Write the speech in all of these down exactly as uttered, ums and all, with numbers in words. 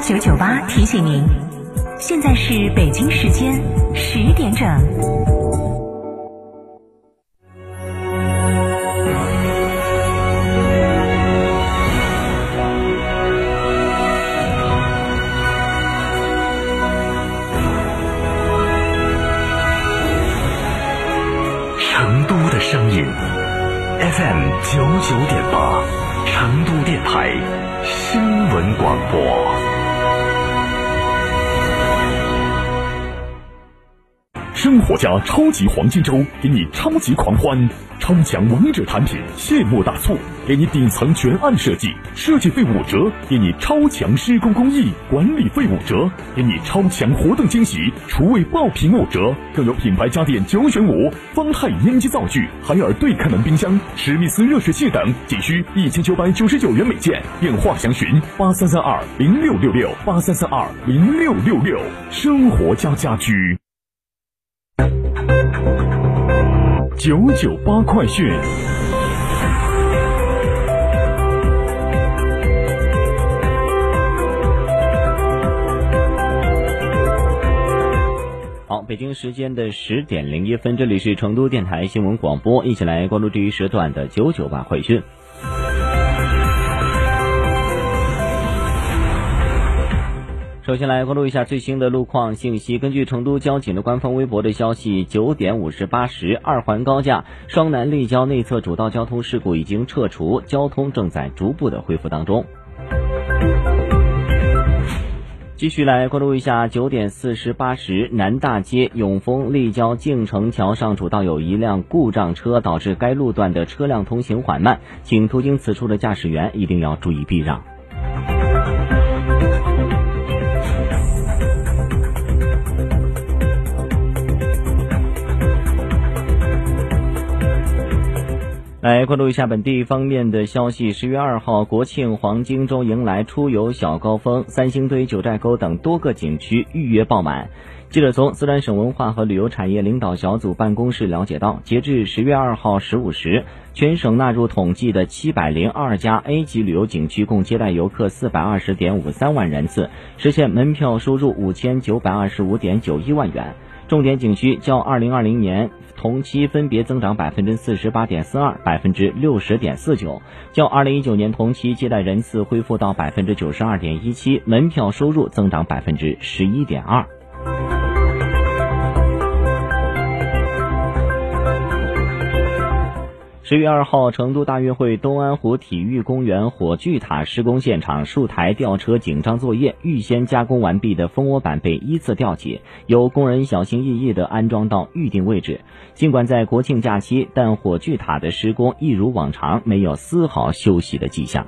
九九八提醒您，现在是北京时间十点整。 成都的声音 F M 九九点八，成都电台新闻广播。生活家超级黄金周给你超级狂欢，超强王者产品谢幕大促，给你顶层全案设计，设计费五折，给你超强施工工艺，管理费五折，给你超强活动惊喜，厨卫爆品五折，更有品牌家电九选五，方太烟机灶具，海尔对开门冰箱，史密斯热水器等，仅需一千九百九十九元每件。电话详询八三三二零六六六八三三二零六六六。生活家家居。九九八快讯。 好，北京时间的十点零一分，这里是成都电台新闻广播，一起来关注这一时段的九九八快讯。首先来关注一下最新的路况信息。根据成都交警的官方微博的消息，九点五十八时，二环高架双南立交内侧主道交通事故已经撤除，交通正在逐步的恢复当中。继续来关注一下，九点四十八时，南大街永丰立交敬城桥上主道有一辆故障车，导致该路段的车辆通行缓慢，请途经此处的驾驶员一定要注意避让。来关注一下本地方面的消息。十月二号，国庆黄金周迎来出游小高峰，三星堆、九寨沟等多个景区预约爆满。记者从四川省文化和旅游产业领导小组办公室了解到，截至十月二号十五时，全省纳入统计的七百零二家 A 级旅游景区共接待游客四百二十点五三万人次，实现门票收入五千九百二十五点九一万元。重点景区较二零二零年同期分别增长百分之四十八点四二、百分之六十点四九，较二零一九年同期接待人次恢复到百分之九十二点一七，门票收入增长百分之十一点二。十月二号，成都大运会东安湖体育公园火炬塔施工现场，数台吊车紧张作业，预先加工完毕的蜂窝板被依次吊起，由工人小心翼翼地安装到预定位置。尽管在国庆假期，但火炬塔的施工一如往常，没有丝毫休息的迹象。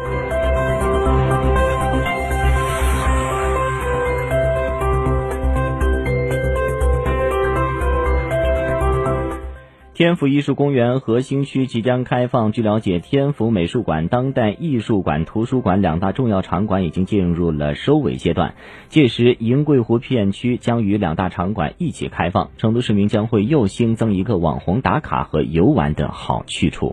天府艺术公园核心区即将开放。据了解，天府美术馆、当代艺术馆、图书馆两大重要场馆已经进入了收尾阶段，届时银桂湖片区将与两大场馆一起开放，成都市民将会又新增一个网红打卡和游玩的好去处。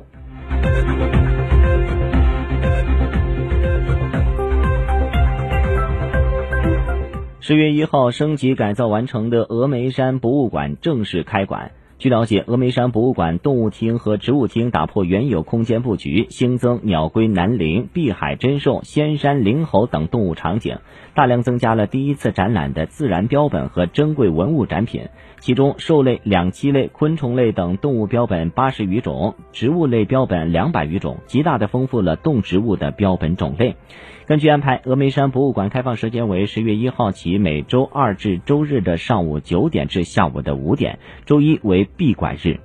十月一号，升级改造完成的峨眉山博物馆正式开馆。据了解，峨眉山博物馆动物厅和植物厅打破原有空间布局，新增鸟龟南羚、碧海珍兽、仙山灵猴等动物场景，大量增加了第一次展览的自然标本和珍贵文物展品，其中兽类、两栖类、昆虫类等动物标本八十余种，植物类标本两百余种，极大地丰富了动植物的标本种类。根据安排，峨眉山博物馆开放时间为十月一号起每周二至周日的上午九点至下午的五点，周一为闭馆日。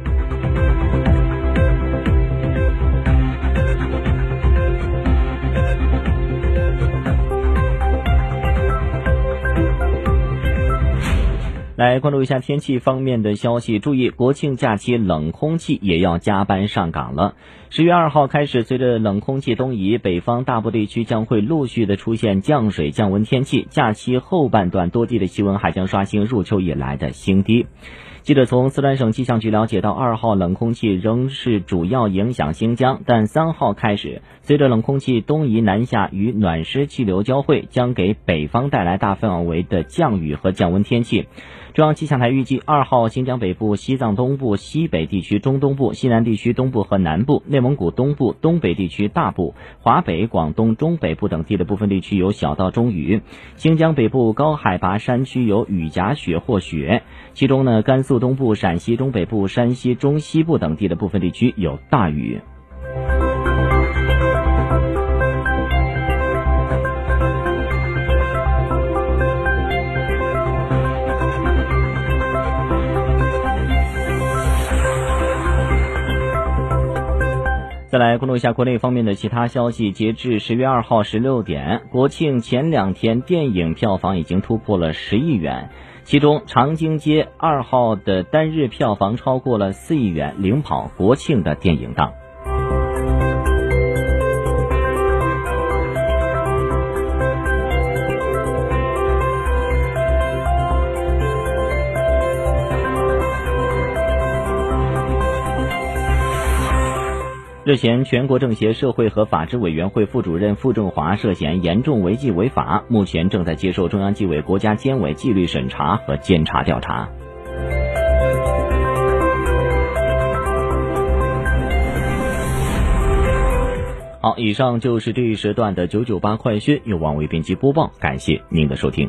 来关注一下天气方面的消息，注意国庆假期冷空气也要加班上岗了。十月二号开始，随着冷空气东移，北方大部地区将会陆续的出现降水降温天气，假期后半段多地的气温还将刷新入秋以来的新低。 记者从四川省气象局了解到，二号冷空气仍是主要影响新疆，但三号开始，随着冷空气东移南下与暖湿气流交汇，将给北方带来大范围的降雨和降温天气。中央气象台预计，二号新疆北部、西藏东部、西北地区中东部、西南地区东部和南部、内蒙古东部、东北地区大部、华北、广东中北部等地的部分地区有小到中雨。新疆北部高海拔山区有雨夹雪或雪，其中呢，甘肃东部、陕西中北部、山西中西部等地的部分地区有大雨。再来关注一下国内方面的其他消息。截至十月二号十六点，国庆前两天电影票房已经突破了十亿元，其中长津街二号的单日票房超过了四亿元，领跑国庆的电影档。日前，全国政协社会和法制委员会副主任傅政华涉嫌严重违纪违法，目前正在接受中央纪委国家监委纪律审查和监察调查。好，以上就是这一时段的九九八快讯，由王维编辑播报，感谢您的收听。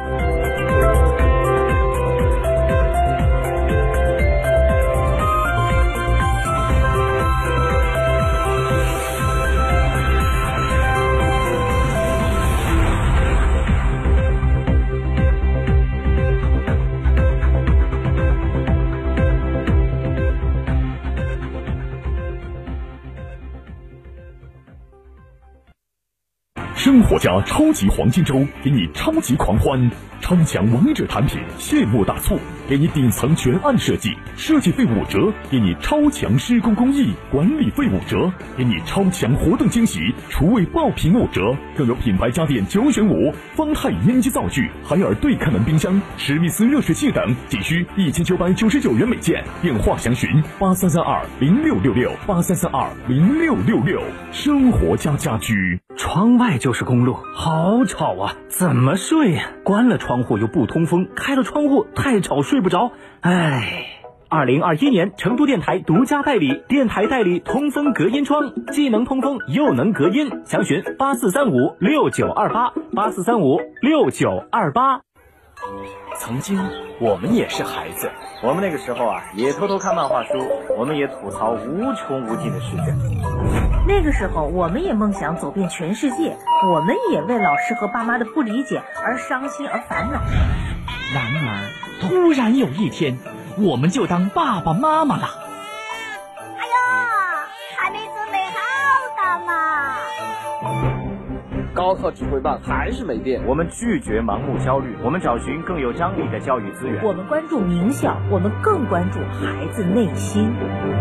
生活家超级黄金周给你超级狂欢，超强王者产品谢幕大促，给你顶层全案设计，设计费五折，给你超强施工工艺，管理费五折，给你超强活动惊喜，厨卫爆品五折，更有品牌家电九选五，方太烟机灶具，海尔对开门冰箱，史密斯热水器等，仅需一千九百九十九元每件。电话详询八三三二零六六六八三三二零六六六。生活家家居。 窗外就是公路，好吵啊，怎么睡呀？关了窗户又不通风，开了窗户太吵睡不着。唉，二零二一年成都电台独家代理，电台代理通风隔音窗，既能通风又能隔音，详询八四三五六九二八八四三五六九二八。 曾经我们也是孩子，我们那个时候啊，也偷偷看漫画书，我们也吐槽无穷无尽的试卷。 那个时候我们也梦想走遍全世界，我们也为老师和爸妈的不理解而伤心而烦恼。 然而突然有一天，我们就当爸爸妈妈了。 哎呦，还没准备好的嘛！ 高考指挥棒还是没变，我们拒绝盲目焦虑，我们找寻更有张力的教育资源。 我们关注名校，我们更关注孩子内心。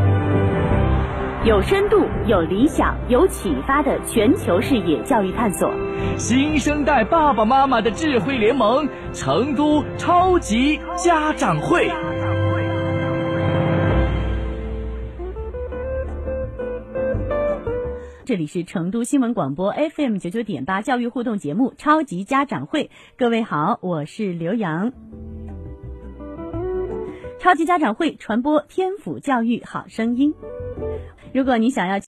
有深度、有理想、有启发的全球视野教育探索， 新生代爸爸妈妈的智慧联盟——成都超级家长会。 这里是成都新闻广播 F M 九九点八教育互动节目《超级家长会》，各位好，我是刘洋。超级家长会传播天府教育好声音。如果你想要